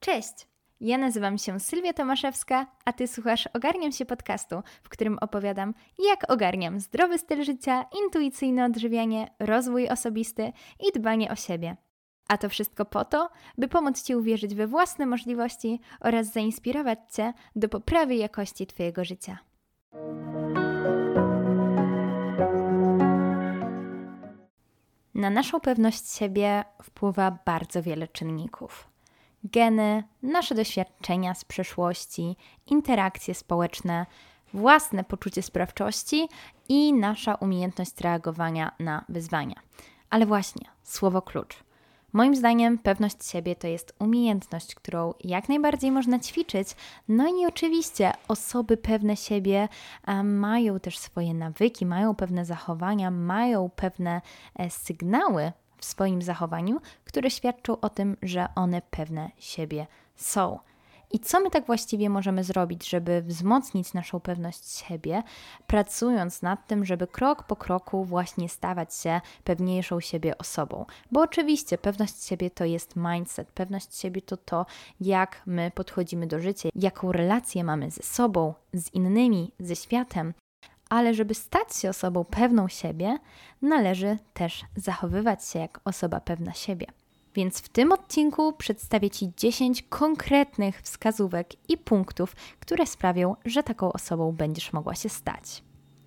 Cześć! Ja nazywam się Sylwia Tomaszewska, a Ty słuchasz Ogarniam się podcastu, w którym opowiadam, jak ogarniam zdrowy styl życia, intuicyjne odżywianie, rozwój osobisty i dbanie o siebie. A to wszystko po to, by pomóc Ci uwierzyć we własne możliwości oraz zainspirować Cię do poprawy jakości Twojego życia. Na naszą pewność siebie wpływa bardzo wiele czynników. Geny, nasze doświadczenia z przeszłości, interakcje społeczne, własne poczucie sprawczości i nasza umiejętność reagowania na wyzwania. Ale właśnie, słowo klucz. Moim zdaniem pewność siebie to jest umiejętność, którą jak najbardziej można ćwiczyć. No i oczywiście osoby pewne siebie mają też swoje nawyki, mają pewne zachowania, mają pewne sygnały w swoim zachowaniu, które świadczą o tym, że one pewne siebie są. I co my tak właściwie możemy zrobić, żeby wzmocnić naszą pewność siebie, pracując nad tym, żeby krok po kroku właśnie stawać się pewniejszą siebie osobą? Bo oczywiście pewność siebie to jest mindset, pewność siebie to to, jak my podchodzimy do życia, jaką relację mamy ze sobą, z innymi, ze światem. Ale żeby stać się osobą pewną siebie, należy też zachowywać się jak osoba pewna siebie. Więc w tym odcinku przedstawię Ci 10 konkretnych wskazówek i punktów, które sprawią, że taką osobą będziesz mogła się stać.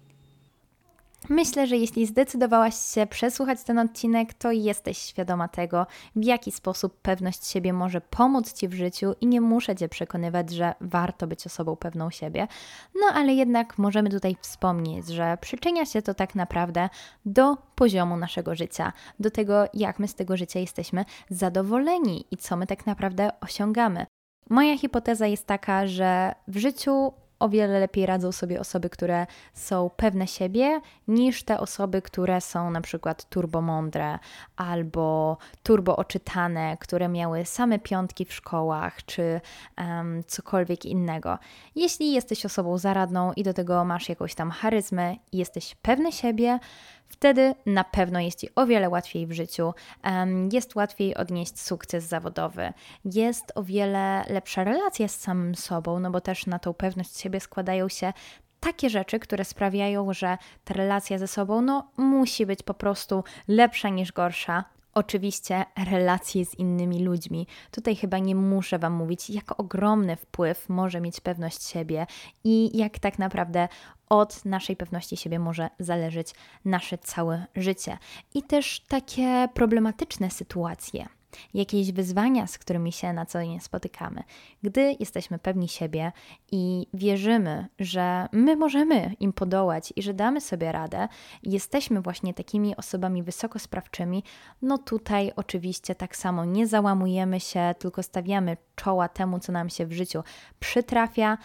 Myślę, że jeśli zdecydowałaś się przesłuchać ten odcinek, to jesteś świadoma tego, w jaki sposób pewność siebie może pomóc Ci w życiu i nie muszę Cię przekonywać, że warto być osobą pewną siebie. No ale jednak możemy tutaj wspomnieć, że przyczynia się to tak naprawdę do poziomu naszego życia, do tego, jak my z tego życia jesteśmy zadowoleni i co my tak naprawdę osiągamy. Moja hipoteza jest taka, że w życiu o wiele lepiej radzą sobie osoby, które są pewne siebie, niż te osoby, które są na przykład turbomądre albo turbo oczytane, które miały same piątki w szkołach, czy cokolwiek innego. Jeśli jesteś osobą zaradną i do tego masz jakąś tam charyzmę i jesteś pewny siebie, wtedy na pewno jest Ci o wiele łatwiej w życiu, jest łatwiej odnieść sukces zawodowy, jest o wiele lepsza relacja z samym sobą, no bo też na tą pewność siebie składają się takie rzeczy, które sprawiają, że ta relacja ze sobą musi być po prostu lepsza niż gorsza. Oczywiście relacje z innymi ludźmi. Tutaj chyba nie muszę Wam mówić, jak ogromny wpływ może mieć pewność siebie i jak tak naprawdę od naszej pewności siebie może zależeć nasze całe życie. I też takie problematyczne sytuacje, jakieś wyzwania, z którymi się na co dzień spotykamy. Gdy jesteśmy pewni siebie i wierzymy, że my możemy im podołać i że damy sobie radę, jesteśmy właśnie takimi osobami wysokosprawczymi, tutaj oczywiście tak samo nie załamujemy się, tylko stawiamy czoła temu, co nam się w życiu przytrafia,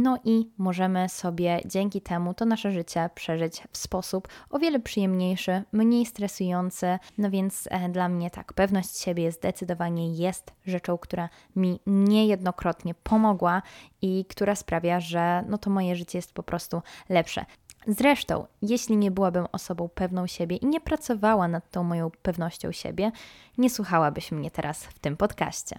i możemy sobie dzięki temu to nasze życie przeżyć w sposób o wiele przyjemniejszy, mniej stresujący, więc dla mnie tak, pewność siebie zdecydowanie jest rzeczą, która mi niejednokrotnie pomogła i która sprawia, że to moje życie jest po prostu lepsze. Zresztą, jeśli nie byłabym osobą pewną siebie i nie pracowała nad tą moją pewnością siebie, nie słuchałabyś mnie teraz w tym podcaście.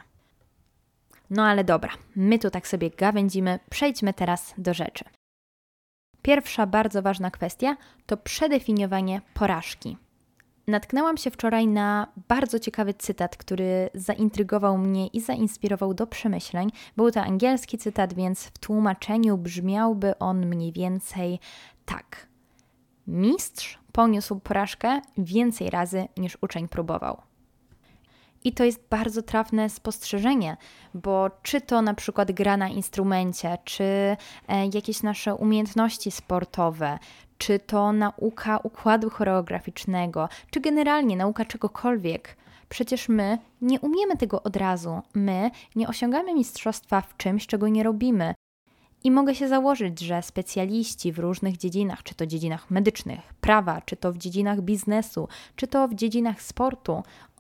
Ale dobra, my tu tak sobie gawędzimy, przejdźmy teraz do rzeczy. Pierwsza bardzo ważna kwestia to przedefiniowanie porażki. Natknęłam się wczoraj na bardzo ciekawy cytat, który zaintrygował mnie i zainspirował do przemyśleń. Był to angielski cytat, więc w tłumaczeniu brzmiałby on mniej więcej tak. Mistrz poniósł porażkę więcej razy niż uczeń próbował. I to jest bardzo trafne spostrzeżenie, bo czy to na przykład gra na instrumencie, czy jakieś nasze umiejętności sportowe, czy to nauka układu choreograficznego, czy generalnie nauka czegokolwiek. Przecież my nie umiemy tego od razu. My nie osiągamy mistrzostwa w czymś, czego nie robimy. I mogę się założyć, że specjaliści w różnych dziedzinach, czy to dziedzinach medycznych, prawa, czy to w dziedzinach biznesu, czy to w dziedzinach sportu,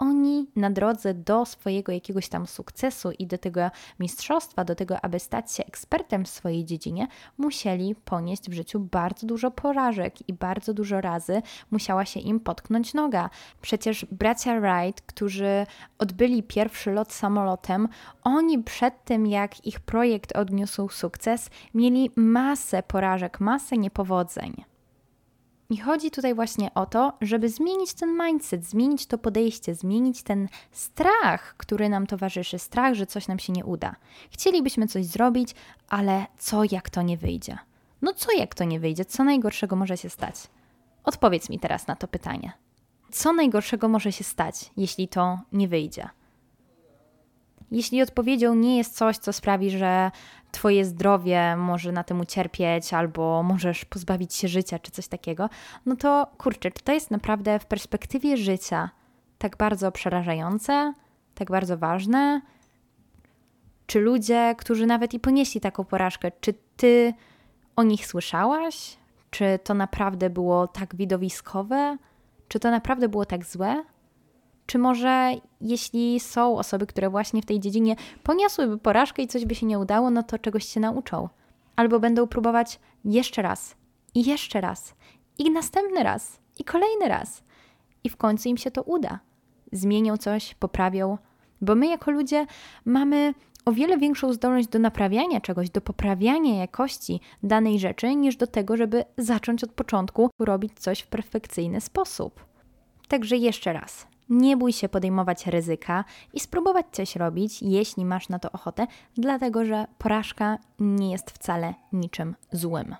oni na drodze do swojego jakiegoś tam sukcesu i do tego mistrzostwa, do tego, aby stać się ekspertem w swojej dziedzinie, musieli ponieść w życiu bardzo dużo porażek i bardzo dużo razy musiała się im potknąć noga. Przecież bracia Wright, którzy odbyli pierwszy lot samolotem, oni przed tym, jak ich projekt odniósł sukces, mieli masę porażek, masę niepowodzeń. I chodzi tutaj właśnie o to, żeby zmienić ten mindset, zmienić to podejście, zmienić ten strach, który nam towarzyszy, strach, że coś nam się nie uda. Chcielibyśmy coś zrobić, ale co jak to nie wyjdzie? No co jak to nie wyjdzie? Co najgorszego może się stać? Odpowiedz mi teraz na to pytanie. Co najgorszego może się stać, jeśli to nie wyjdzie? Jeśli odpowiedzią nie jest coś, co sprawi, że twoje zdrowie może na tym ucierpieć albo możesz pozbawić się życia czy coś takiego, no to kurczę, czy to jest naprawdę w perspektywie życia tak bardzo przerażające, tak bardzo ważne? Czy ludzie, którzy nawet i ponieśli taką porażkę, czy ty o nich słyszałaś? Czy to naprawdę było tak widowiskowe? Czy to naprawdę było tak złe? Czy może jeśli są osoby, które właśnie w tej dziedzinie poniosłyby porażkę i coś by się nie udało, no to czegoś się nauczą. Albo będą próbować jeszcze raz i następny raz i kolejny raz. I w końcu im się to uda. Zmienią coś, poprawią, bo my jako ludzie mamy o wiele większą zdolność do naprawiania czegoś, do poprawiania jakości danej rzeczy, niż do tego, żeby zacząć od początku robić coś w perfekcyjny sposób. Także jeszcze raz. Nie bój się podejmować ryzyka i spróbować coś robić, jeśli masz na to ochotę, dlatego że porażka nie jest wcale niczym złym.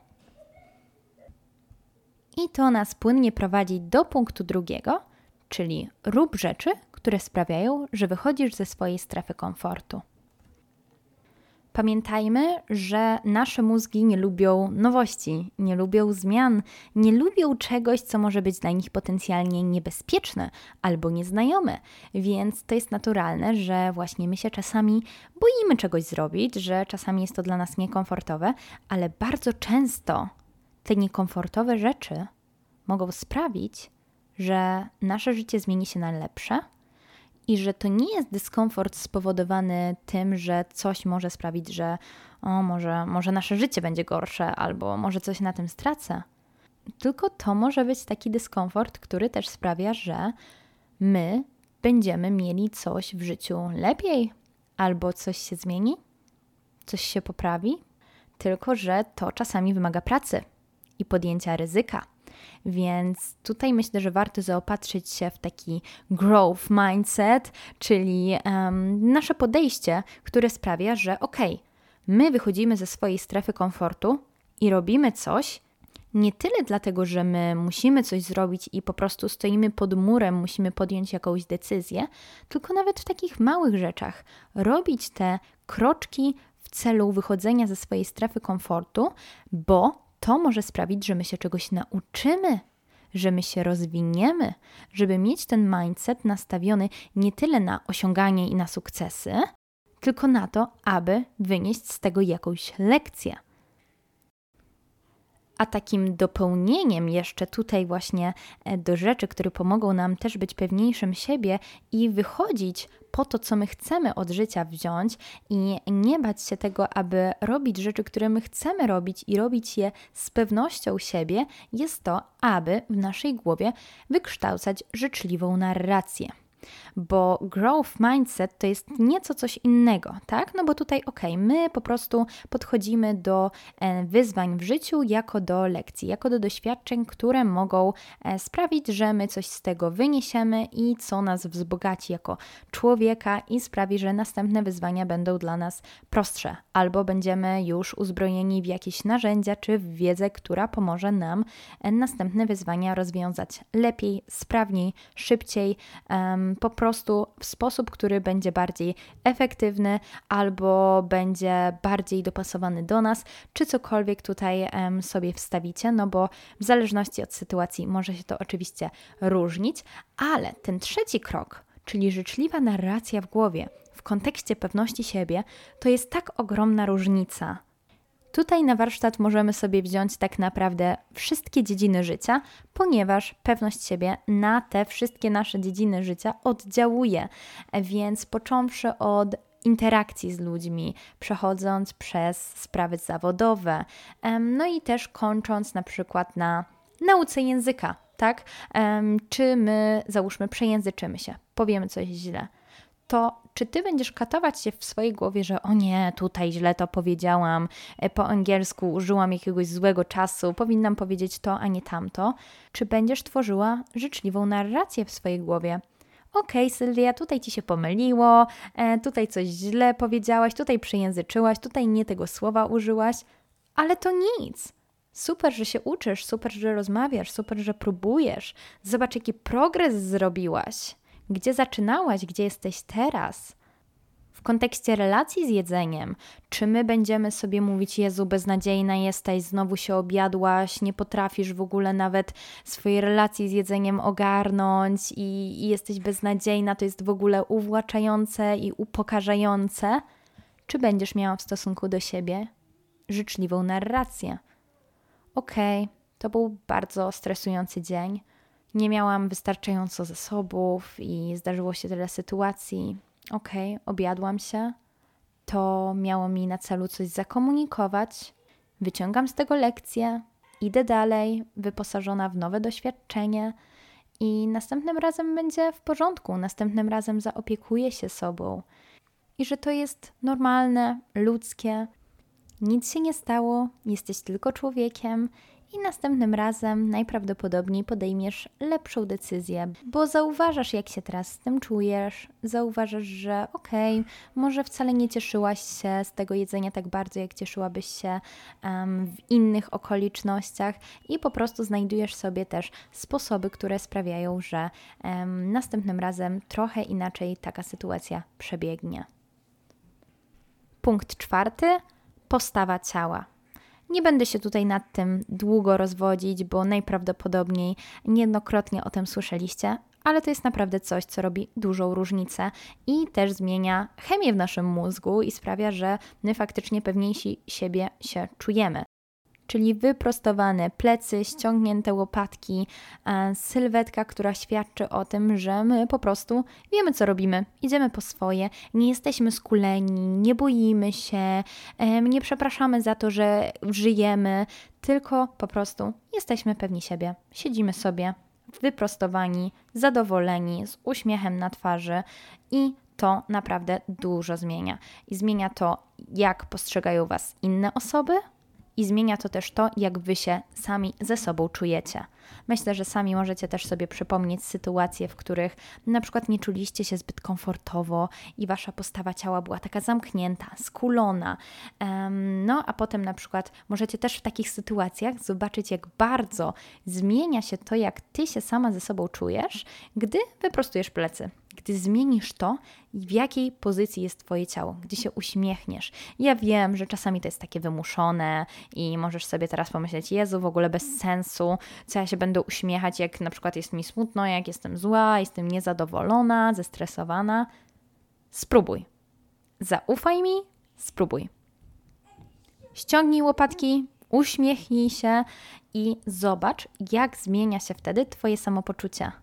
I to nas płynnie prowadzi do punktu drugiego, czyli rób rzeczy, które sprawiają, że wychodzisz ze swojej strefy komfortu. Pamiętajmy, że nasze mózgi nie lubią nowości, nie lubią zmian, nie lubią czegoś, co może być dla nich potencjalnie niebezpieczne albo nieznajome, więc to jest naturalne, że właśnie my się czasami boimy czegoś zrobić, że czasami jest to dla nas niekomfortowe, ale bardzo często te niekomfortowe rzeczy mogą sprawić, że nasze życie zmieni się na lepsze, i że to nie jest dyskomfort spowodowany tym, że coś może sprawić, że może nasze życie będzie gorsze albo może coś na tym stracę. Tylko to może być taki dyskomfort, który też sprawia, że my będziemy mieli coś w życiu lepiej albo coś się zmieni, coś się poprawi. Tylko że to czasami wymaga pracy i podjęcia ryzyka. Więc tutaj myślę, że warto zaopatrzyć się w taki growth mindset, czyli nasze podejście, które sprawia, że my wychodzimy ze swojej strefy komfortu i robimy coś, nie tyle dlatego, że my musimy coś zrobić i po prostu stoimy pod murem, musimy podjąć jakąś decyzję, tylko nawet w takich małych rzeczach robić te kroczki w celu wychodzenia ze swojej strefy komfortu, bo to może sprawić, że my się czegoś nauczymy, że my się rozwiniemy, żeby mieć ten mindset nastawiony nie tyle na osiąganie i na sukcesy, tylko na to, aby wynieść z tego jakąś lekcję. A takim dopełnieniem jeszcze tutaj właśnie do rzeczy, które pomogą nam też być pewniejszym siebie i wychodzić po to, co my chcemy od życia wziąć i nie bać się tego, aby robić rzeczy, które my chcemy robić i robić je z pewnością siebie, jest to, aby w naszej głowie wykształcać życzliwą narrację. Bo growth mindset to jest nieco coś innego, tak? No bo tutaj my po prostu podchodzimy do wyzwań w życiu jako do lekcji, jako do doświadczeń, które mogą sprawić, że my coś z tego wyniesiemy i co nas wzbogaci jako człowieka i sprawi, że następne wyzwania będą dla nas prostsze, albo będziemy już uzbrojeni w jakieś narzędzia czy w wiedzę, która pomoże nam następne wyzwania rozwiązać lepiej, sprawniej, szybciej, po prostu w sposób, który będzie bardziej efektywny albo będzie bardziej dopasowany do nas, czy cokolwiek tutaj sobie wstawicie, no bo w zależności od sytuacji może się to oczywiście różnić, ale ten trzeci krok, czyli życzliwa narracja w głowie w kontekście pewności siebie, to jest tak ogromna różnica. Tutaj na warsztat możemy sobie wziąć tak naprawdę wszystkie dziedziny życia, ponieważ pewność siebie na te wszystkie nasze dziedziny życia oddziałuje. Więc począwszy od interakcji z ludźmi, przechodząc przez sprawy zawodowe, no i też kończąc na przykład na nauce języka, tak? Czy my, załóżmy, przejęzyczymy się, powiemy coś źle, to czy ty będziesz katować się w swojej głowie, że o nie, tutaj źle to powiedziałam, po angielsku użyłam jakiegoś złego czasu, powinnam powiedzieć to, a nie tamto, czy będziesz tworzyła życzliwą narrację w swojej głowie? Okej, Sylwia, tutaj ci się pomyliło, tutaj coś źle powiedziałaś, tutaj przejęzyczyłaś, tutaj nie tego słowa użyłaś, ale to nic. Super, że się uczysz, super, że rozmawiasz, super, że próbujesz. Zobacz, jaki progres zrobiłaś. Gdzie zaczynałaś, gdzie jesteś teraz? W kontekście relacji z jedzeniem, czy my będziemy sobie mówić: Jezu, beznadziejna jesteś, znowu się objadłaś, nie potrafisz w ogóle nawet swojej relacji z jedzeniem ogarnąć i jesteś beznadziejna, to jest w ogóle uwłaczające i upokarzające? Czy będziesz miała w stosunku do siebie życzliwą narrację? Okej, to był bardzo stresujący dzień. Nie miałam wystarczająco zasobów i zdarzyło się tyle sytuacji. Okej, objadłam się. To miało mi na celu coś zakomunikować. Wyciągam z tego lekcję, idę dalej, wyposażona w nowe doświadczenie i następnym razem będzie w porządku. Następnym razem zaopiekuję się sobą. I że to jest normalne, ludzkie. Nic się nie stało, jesteś tylko człowiekiem i następnym razem najprawdopodobniej podejmiesz lepszą decyzję, bo zauważasz, jak się teraz z tym czujesz, zauważasz, że może wcale nie cieszyłaś się z tego jedzenia tak bardzo, jak cieszyłabyś się w innych okolicznościach i po prostu znajdujesz sobie też sposoby, które sprawiają, że następnym razem trochę inaczej taka sytuacja przebiegnie. Punkt 4. Postawa ciała. Nie będę się tutaj nad tym długo rozwodzić, bo najprawdopodobniej niejednokrotnie o tym słyszeliście, ale to jest naprawdę coś, co robi dużą różnicę i też zmienia chemię w naszym mózgu i sprawia, że my faktycznie pewniejsi siebie się czujemy. Czyli wyprostowane plecy, ściągnięte łopatki, sylwetka, która świadczy o tym, że my po prostu wiemy, co robimy, idziemy po swoje, nie jesteśmy skuleni, nie boimy się, nie przepraszamy za to, że żyjemy, tylko po prostu jesteśmy pewni siebie, siedzimy sobie wyprostowani, zadowoleni, z uśmiechem na twarzy i to naprawdę dużo zmienia. I zmienia to, jak postrzegają Was inne osoby, i zmienia to też to, jak Wy się sami ze sobą czujecie. Myślę, że sami możecie też sobie przypomnieć sytuacje, w których na przykład nie czuliście się zbyt komfortowo i Wasza postawa ciała była taka zamknięta, skulona. No a potem na przykład możecie też w takich sytuacjach zobaczyć, jak bardzo zmienia się to, jak Ty się sama ze sobą czujesz, gdy wyprostujesz plecy. Gdy zmienisz to, w jakiej pozycji jest Twoje ciało, gdy się uśmiechniesz. Ja wiem, że czasami to jest takie wymuszone i możesz sobie teraz pomyśleć: Jezu, w ogóle bez sensu, co ja się będę uśmiechać, jak na przykład jest mi smutno, jak jestem zła, jestem niezadowolona, zestresowana. Spróbuj. Zaufaj mi, spróbuj. Ściągnij łopatki, uśmiechnij się i zobacz, jak zmienia się wtedy Twoje samopoczucie.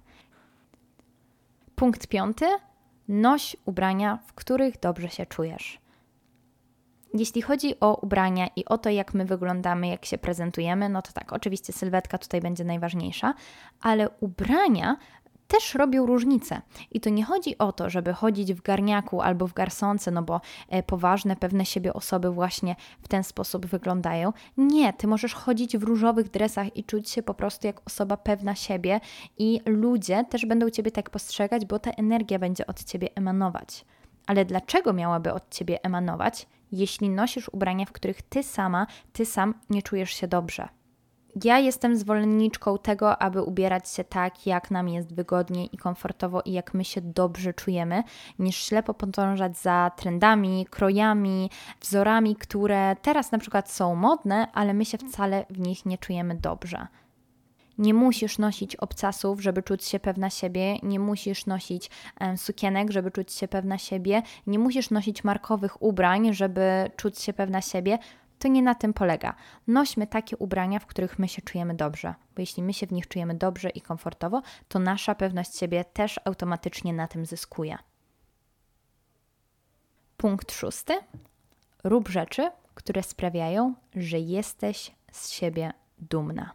Punkt 5. Noś ubrania, w których dobrze się czujesz. Jeśli chodzi o ubrania i o to, jak my wyglądamy, jak się prezentujemy, no to tak, oczywiście sylwetka tutaj będzie najważniejsza, ale ubrania też robią różnicę. I to nie chodzi o to, żeby chodzić w garniaku albo w garsonce, no bo poważne, pewne siebie osoby właśnie w ten sposób wyglądają. Nie, Ty możesz chodzić w różowych dresach i czuć się po prostu jak osoba pewna siebie i ludzie też będą Ciebie tak postrzegać, bo ta energia będzie od Ciebie emanować. Ale dlaczego miałaby od Ciebie emanować, jeśli nosisz ubrania, w których Ty sam nie czujesz się dobrze? Ja jestem zwolenniczką tego, aby ubierać się tak, jak nam jest wygodnie i komfortowo i jak my się dobrze czujemy, niż ślepo podążać za trendami, krojami, wzorami, które teraz na przykład są modne, ale my się wcale w nich nie czujemy dobrze. Nie musisz nosić obcasów, żeby czuć się pewna siebie, nie musisz nosić sukienek, żeby czuć się pewna siebie, nie musisz nosić markowych ubrań, żeby czuć się pewna siebie. to nie na tym polega. Nośmy takie ubrania, w których my się czujemy dobrze, bo jeśli my się w nich czujemy dobrze i komfortowo, to nasza pewność siebie też automatycznie na tym zyskuje. Punkt 6. Rób rzeczy, które sprawiają, że jesteś z siebie dumna.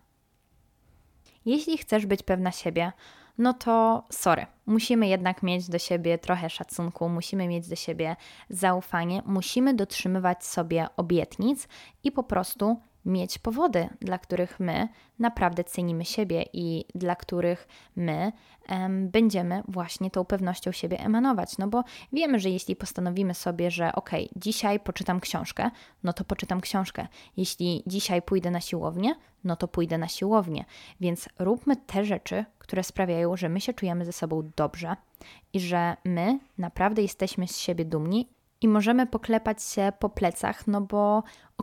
Jeśli chcesz być pewna siebie, no to sorry, musimy jednak mieć do siebie trochę szacunku, musimy mieć do siebie zaufanie, musimy dotrzymywać sobie obietnic i po prostu mieć powody, dla których my naprawdę cenimy siebie i dla których my będziemy właśnie tą pewnością siebie emanować. No bo wiemy, że jeśli postanowimy sobie, że dzisiaj poczytam książkę, no to poczytam książkę. Jeśli dzisiaj pójdę na siłownię, no to pójdę na siłownię. Więc róbmy te rzeczy, które sprawiają, że my się czujemy ze sobą dobrze i że my naprawdę jesteśmy z siebie dumni i możemy poklepać się po plecach, no bo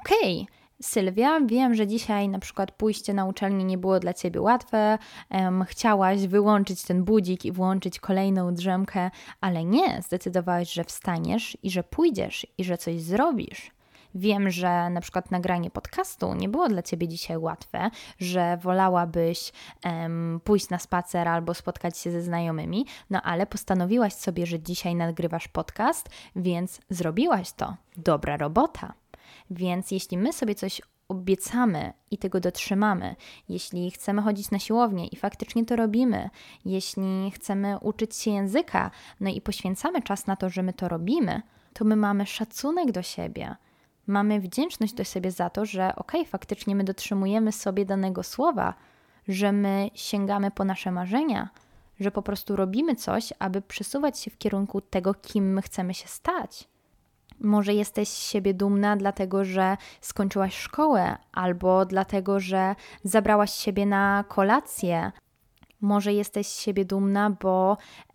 Sylwia, wiem, że dzisiaj na przykład pójście na uczelnię nie było dla Ciebie łatwe, chciałaś wyłączyć ten budzik i włączyć kolejną drzemkę, ale nie, zdecydowałaś, że wstaniesz i że pójdziesz i że coś zrobisz. Wiem, że na przykład nagranie podcastu nie było dla Ciebie dzisiaj łatwe, że wolałabyś pójść na spacer albo spotkać się ze znajomymi, no ale postanowiłaś sobie, że dzisiaj nagrywasz podcast, więc zrobiłaś to. Dobra robota. Więc jeśli my sobie coś obiecamy i tego dotrzymamy, jeśli chcemy chodzić na siłownię i faktycznie to robimy, jeśli chcemy uczyć się języka, no i poświęcamy czas na to, że my to robimy, to my mamy szacunek do siebie. Mamy wdzięczność do siebie za to, że faktycznie my dotrzymujemy sobie danego słowa, że my sięgamy po nasze marzenia, że po prostu robimy coś, aby przesuwać się w kierunku tego, kim my chcemy się stać. Może jesteś z siebie dumna dlatego, że skończyłaś szkołę, albo dlatego, że zabrałaś siebie na kolację. Może jesteś z siebie dumna, bo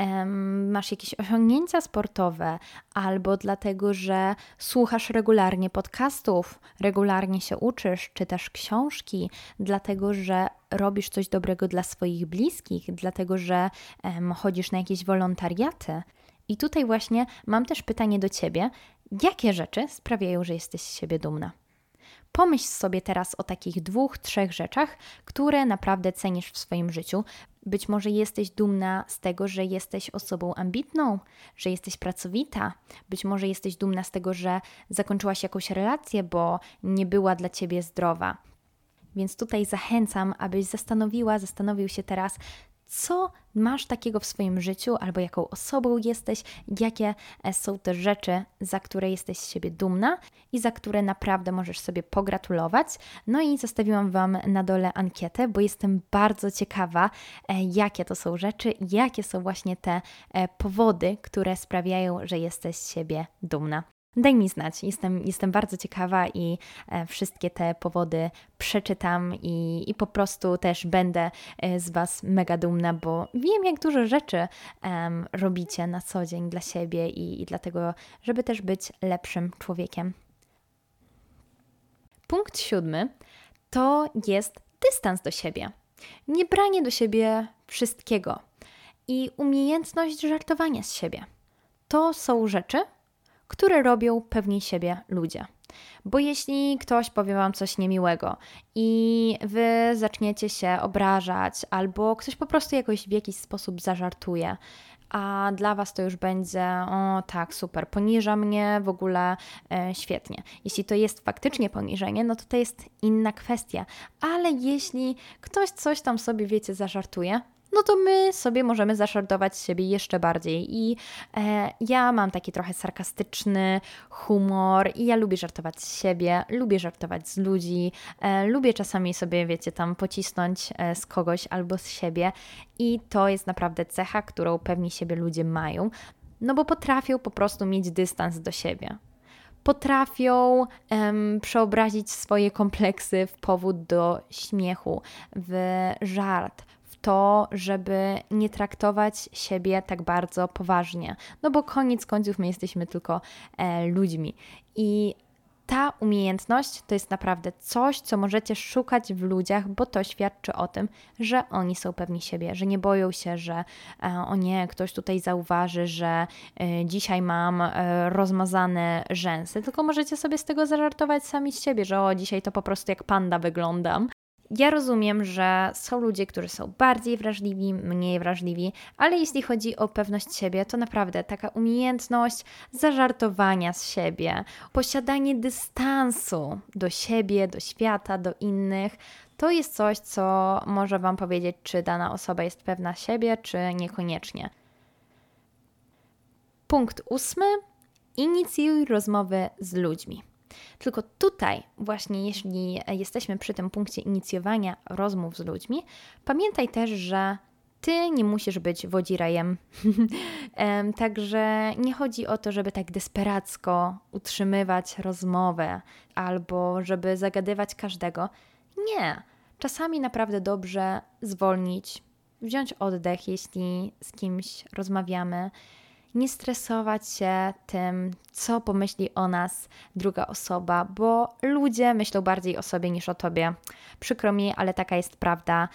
masz jakieś osiągnięcia sportowe, albo dlatego, że słuchasz regularnie podcastów, regularnie się uczysz, czytasz książki, dlatego, że robisz coś dobrego dla swoich bliskich, dlatego, że chodzisz na jakieś wolontariaty. I tutaj właśnie mam też pytanie do Ciebie. Jakie rzeczy sprawiają, że jesteś z siebie dumna? Pomyśl sobie teraz o takich 2-3 rzeczach, które naprawdę cenisz w swoim życiu. Być może jesteś dumna z tego, że jesteś osobą ambitną, że jesteś pracowita. Być może jesteś dumna z tego, że zakończyłaś jakąś relację, bo nie była dla Ciebie zdrowa. Więc tutaj zachęcam, abyś zastanowił się teraz, co masz takiego w swoim życiu, albo jaką osobą jesteś, jakie są te rzeczy, za które jesteś z siebie dumna i za które naprawdę możesz sobie pogratulować. No i zostawiłam Wam na dole ankietę, bo jestem bardzo ciekawa, jakie to są rzeczy, jakie są właśnie te powody, które sprawiają, że jesteś z siebie dumna. Daj mi znać, jestem bardzo ciekawa i wszystkie te powody przeczytam i po prostu też będę z Was mega dumna, bo wiem, jak dużo rzeczy robicie na co dzień dla siebie i dlatego, żeby też być lepszym człowiekiem. Punkt 7 to jest dystans do siebie. Nie branie do siebie wszystkiego i umiejętność żartowania z siebie. To są rzeczy, które robią pewniej siebie ludzie. Bo jeśli ktoś powie Wam coś niemiłego i Wy zaczniecie się obrażać albo ktoś po prostu jakoś w jakiś sposób zażartuje, a dla Was to już będzie, o tak, super, poniża mnie, w ogóle świetnie. Jeśli to jest faktycznie poniżenie, no to jest inna kwestia. Ale jeśli ktoś coś tam sobie, wiecie, zażartuje, no to my sobie możemy zażartować z siebie jeszcze bardziej. I ja mam taki trochę sarkastyczny humor i ja lubię żartować z siebie, lubię żartować z ludzi, lubię czasami sobie, wiecie, tam pocisnąć z kogoś albo z siebie i to jest naprawdę cecha, którą pewni siebie ludzie mają, no bo potrafią po prostu mieć dystans do siebie. Potrafią przeobrazić swoje kompleksy w powód do śmiechu, w żart, to, żeby nie traktować siebie tak bardzo poważnie. No bo koniec końców my jesteśmy tylko ludźmi. I Ta umiejętność to jest naprawdę coś, co możecie szukać w ludziach, bo to świadczy o tym, że oni są pewni siebie, że nie boją się, że o nie, ktoś tutaj zauważy, że dzisiaj mam rozmazane rzęsy, tylko możecie sobie z tego zażartować sami z siebie, że o, dzisiaj to po prostu jak panda wyglądam. Ja rozumiem, że są ludzie, którzy są bardziej wrażliwi, mniej wrażliwi, ale jeśli chodzi o pewność siebie, to naprawdę taka umiejętność zażartowania z siebie, posiadanie dystansu do siebie, do świata, do innych, to jest coś, co może Wam powiedzieć, czy dana osoba jest pewna siebie, czy niekoniecznie. Punkt 8. Inicjuj rozmowy z ludźmi. Tylko tutaj właśnie, jeśli jesteśmy przy tym punkcie inicjowania rozmów z ludźmi, pamiętaj też, że Ty nie musisz być wodzirajem. Także nie chodzi o to, żeby tak desperacko utrzymywać rozmowę albo żeby zagadywać każdego. Nie. Czasami naprawdę dobrze zwolnić, wziąć oddech, jeśli z kimś rozmawiamy, nie stresować się tym, co pomyśli o nas druga osoba, bo ludzie myślą bardziej o sobie niż o tobie. Przykro mi, ale taka jest prawda.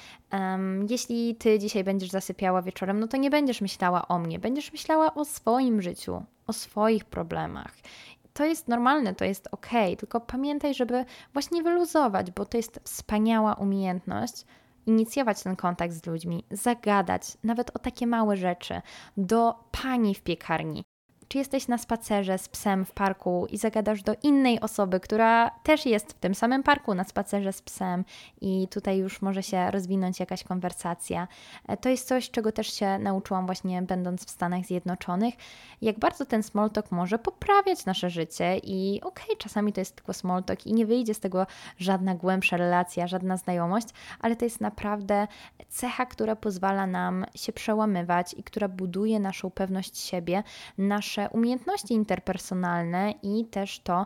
Jeśli ty dzisiaj będziesz zasypiała wieczorem, no to nie będziesz myślała o mnie, będziesz myślała o swoim życiu, o swoich problemach. To jest normalne, to jest okej, tylko pamiętaj, żeby właśnie wyluzować, bo to jest wspaniała umiejętność, inicjować ten kontakt z ludźmi, zagadać nawet o takie małe rzeczy do pani w piekarni. Czy jesteś na spacerze z psem w parku i zagadasz do innej osoby, która też jest w tym samym parku na spacerze z psem i tutaj już może się rozwinąć jakaś konwersacja. To jest coś, czego też się nauczyłam właśnie będąc w Stanach Zjednoczonych, jak bardzo ten small talk może poprawiać nasze życie i czasami to jest tylko small talk i nie wyjdzie z tego żadna głębsza relacja, żadna znajomość, ale to jest naprawdę cecha, która pozwala nam się przełamywać i która buduje naszą pewność siebie, nasze umiejętności interpersonalne i też to,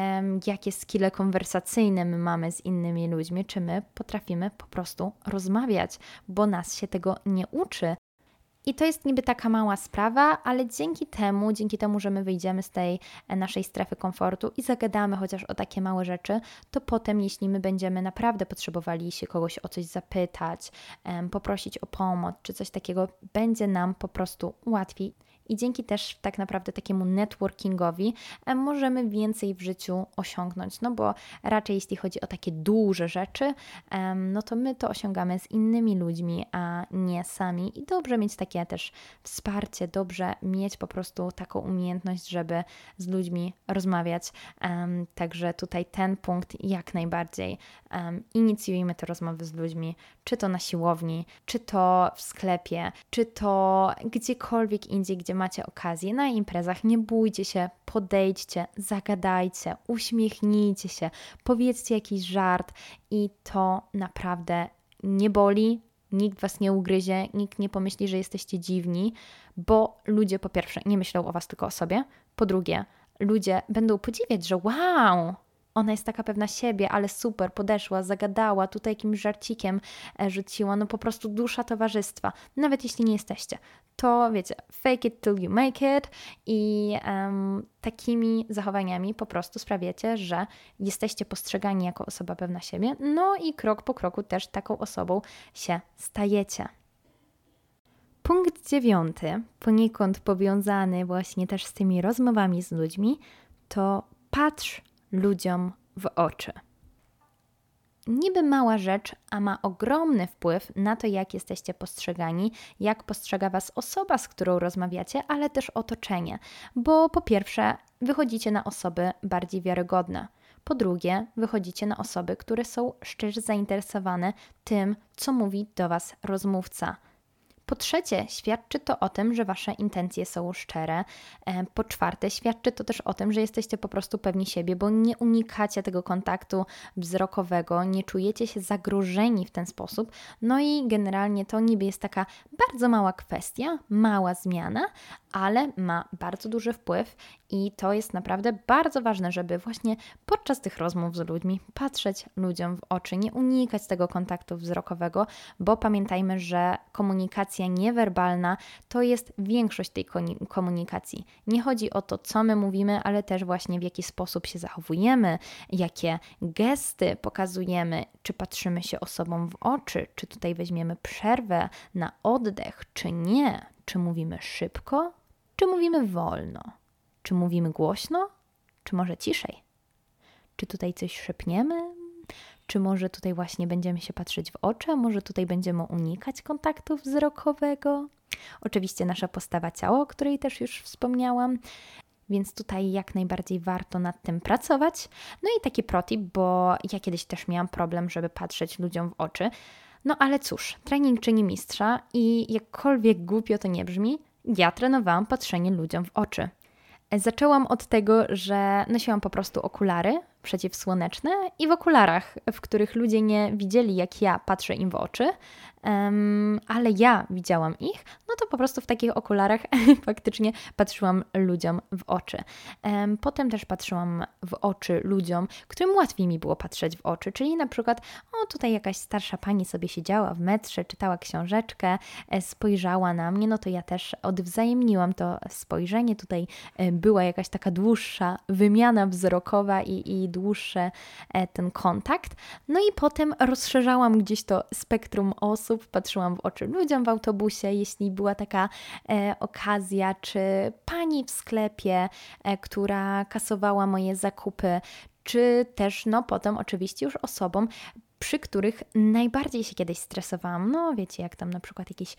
jakie skille konwersacyjne my mamy z innymi ludźmi, czy my potrafimy po prostu rozmawiać, bo nas się tego nie uczy. I to jest niby taka mała sprawa, ale dzięki temu, że my wyjdziemy z tej naszej strefy komfortu i zagadamy chociaż o takie małe rzeczy, to potem, jeśli my będziemy naprawdę potrzebowali się kogoś o coś zapytać, poprosić o pomoc czy coś takiego, będzie nam po prostu łatwiej. I dzięki też tak naprawdę takiemu networkingowi możemy więcej w życiu osiągnąć, no bo raczej jeśli chodzi o takie duże rzeczy, no to my to osiągamy z innymi ludźmi, a nie sami. I dobrze mieć takie też wsparcie, dobrze mieć po prostu taką umiejętność, żeby z ludźmi rozmawiać. Także tutaj ten punkt jak najbardziej. Inicjujmy te rozmowy z ludźmi, czy to na siłowni, czy to w sklepie, czy to gdziekolwiek indziej, gdzie macie okazję, na imprezach. Nie bójcie się, podejdźcie, zagadajcie, uśmiechnijcie się, powiedzcie jakiś żart i to naprawdę nie boli, nikt was nie ugryzie, nikt nie pomyśli, że jesteście dziwni, bo ludzie po pierwsze nie myślą o was tylko o sobie, po drugie ludzie będą podziwiać, że wow, ona jest taka pewna siebie, ale super, podeszła, zagadała, tutaj jakimś żarcikiem rzuciła, no po prostu dusza towarzystwa. Nawet jeśli nie jesteście, to wiecie, fake it till you make it i takimi zachowaniami po prostu sprawiacie, że jesteście postrzegani jako osoba pewna siebie, no i krok po kroku też taką osobą się stajecie. Punkt 9, poniekąd powiązany właśnie też z tymi rozmowami z ludźmi, to patrz ludziom w oczy. Niby mała rzecz, a ma ogromny wpływ na to, jak jesteście postrzegani, jak postrzega was osoba, z którą rozmawiacie, ale też otoczenie. Bo po pierwsze, wychodzicie na osoby bardziej wiarygodne. Po drugie, wychodzicie na osoby, które są szczerze zainteresowane tym, co mówi do was rozmówca. Po trzecie, świadczy to o tym, że wasze intencje są szczere. Po czwarte, świadczy to też o tym, że jesteście po prostu pewni siebie, bo nie unikacie tego kontaktu wzrokowego, nie czujecie się zagrożeni w ten sposób. No i generalnie to niby jest taka bardzo mała kwestia, mała zmiana, ale ma bardzo duży wpływ i to jest naprawdę bardzo ważne, żeby właśnie podczas tych rozmów z ludźmi patrzeć ludziom w oczy, nie unikać tego kontaktu wzrokowego, bo pamiętajmy, że komunikacja komunikacja niewerbalna to jest większość tej komunikacji. Nie chodzi o to, co my mówimy, ale też właśnie w jaki sposób się zachowujemy, jakie gesty pokazujemy, czy patrzymy się osobom w oczy, czy tutaj weźmiemy przerwę na oddech, czy nie, czy mówimy szybko, czy mówimy wolno, czy mówimy głośno, czy może ciszej. Czy tutaj coś szepniemy? Czy może tutaj właśnie będziemy się patrzeć w oczy, a może tutaj będziemy unikać kontaktu wzrokowego? Oczywiście nasza postawa ciała, o której też już wspomniałam, więc tutaj jak najbardziej warto nad tym pracować. No i taki protip, bo ja kiedyś też miałam problem, żeby patrzeć ludziom w oczy. No ale cóż, trening czyni mistrza i jakkolwiek głupio to nie brzmi, ja trenowałam patrzenie ludziom w oczy. Zaczęłam od tego, że nosiłam po prostu okulary przeciwsłoneczne i w okularach, w których ludzie nie widzieli, jak ja patrzę im w oczy, ale ja widziałam ich, no to po prostu w takich okularach faktycznie patrzyłam ludziom w oczy. Potem też patrzyłam w oczy ludziom, którym łatwiej mi było patrzeć w oczy, czyli na przykład, tutaj jakaś starsza pani sobie siedziała w metrze, czytała książeczkę, spojrzała na mnie, no to ja też odwzajemniłam to spojrzenie, tutaj była jakaś taka dłuższa wymiana wzrokowa i dłuższy ten kontakt. No i potem rozszerzałam gdzieś to spektrum osób, patrzyłam w oczy ludziom w autobusie, jeśli była taka okazja, czy pani w sklepie, która kasowała moje zakupy, czy też potem oczywiście już osobom, przy których najbardziej się kiedyś stresowałam. No wiecie, jak tam na przykład jakiś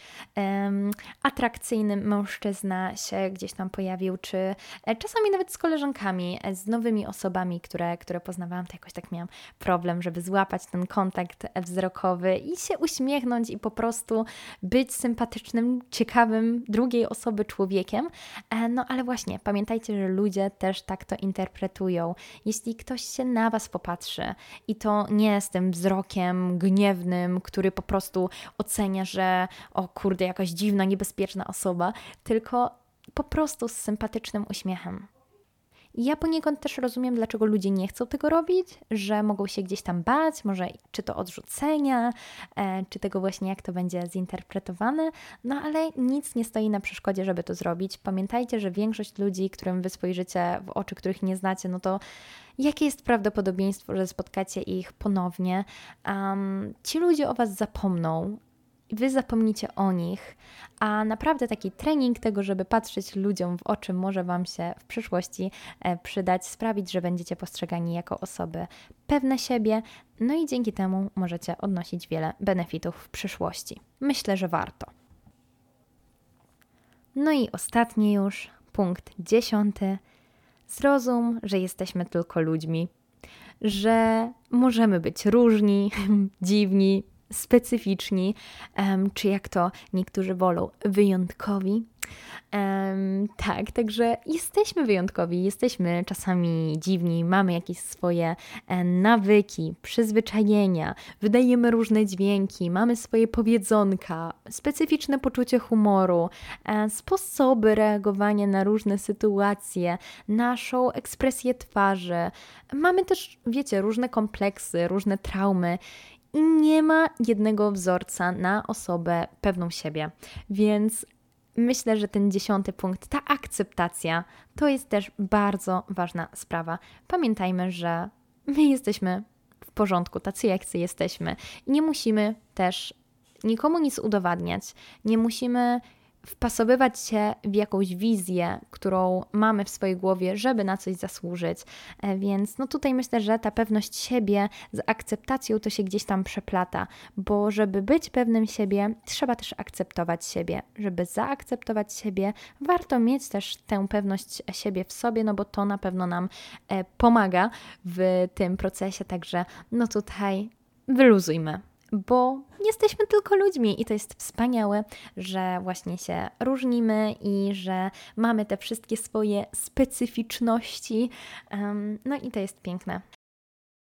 atrakcyjny mężczyzna się gdzieś tam pojawił, czy czasami nawet z koleżankami, z nowymi osobami, które poznawałam, to jakoś tak miałam problem, żeby złapać ten kontakt wzrokowy i się uśmiechnąć i po prostu być sympatycznym, ciekawym drugiej osoby człowiekiem. No ale właśnie, pamiętajcie, że ludzie też tak to interpretują. Jeśli ktoś się na was popatrzy i to nie z tym wzrokiem gniewnym, który po prostu ocenia, że o kurde, jakaś dziwna, niebezpieczna osoba, tylko po prostu z sympatycznym uśmiechem. I ja poniekąd też rozumiem, dlaczego ludzie nie chcą tego robić, że mogą się gdzieś tam bać, może czy to odrzucenia, czy tego właśnie, jak to będzie zinterpretowane, no ale nic nie stoi na przeszkodzie, żeby to zrobić. Pamiętajcie, że większość ludzi, którym wy spojrzycie w oczy, których nie znacie, no to jakie jest prawdopodobieństwo, że spotkacie ich ponownie? Ci ludzie o was zapomną, wy zapomnicie o nich, a naprawdę taki trening tego, żeby patrzeć ludziom w oczy, może wam się w przyszłości przydać, sprawić, że będziecie postrzegani jako osoby pewne siebie, no i dzięki temu możecie odnosić wiele benefitów w przyszłości. Myślę, że warto. No i ostatni już, punkt 10. Zrozum, że jesteśmy tylko ludźmi, że możemy być różni, dziwni, specyficzni, czy jak to niektórzy wolą, wyjątkowi. Tak, także jesteśmy wyjątkowi, jesteśmy czasami dziwni, mamy jakieś swoje nawyki, przyzwyczajenia, wydajemy różne dźwięki, mamy swoje powiedzonka, specyficzne poczucie humoru, sposoby reagowania na różne sytuacje, naszą ekspresję twarzy. Mamy też, wiecie, różne kompleksy, różne traumy. I nie ma jednego wzorca na osobę pewną siebie, więc myślę, że ten 10. punkt, ta akceptacja, to jest też bardzo ważna sprawa. Pamiętajmy, że my jesteśmy w porządku, tacy jacy jesteśmy i nie musimy też nikomu nic udowadniać, nie musimy wpasowywać się w jakąś wizję, którą mamy w swojej głowie, żeby na coś zasłużyć. Więc tutaj myślę, że ta pewność siebie z akceptacją to się gdzieś tam przeplata, bo żeby być pewnym siebie, trzeba też akceptować siebie. Żeby zaakceptować siebie, warto mieć też tę pewność siebie w sobie, bo to na pewno nam pomaga w tym procesie, także tutaj wyluzujmy. Bo jesteśmy tylko ludźmi i to jest wspaniałe, że właśnie się różnimy i że mamy te wszystkie swoje specyficzności. No i to jest piękne.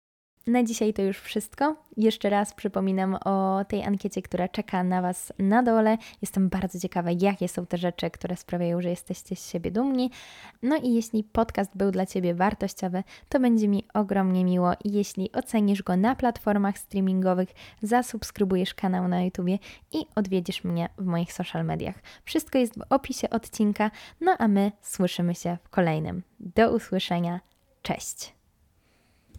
Na dzisiaj to już wszystko. Jeszcze raz przypominam o tej ankiecie, która czeka na Was na dole. Jestem bardzo ciekawa, jakie są te rzeczy, które sprawiają, że jesteście z siebie dumni. No i jeśli podcast był dla Ciebie wartościowy, to będzie mi ogromnie miło, jeśli ocenisz go na platformach streamingowych, zasubskrybujesz kanał na YouTubie i odwiedzisz mnie w moich social mediach. Wszystko jest w opisie odcinka, no a my słyszymy się w kolejnym. Do usłyszenia. Cześć!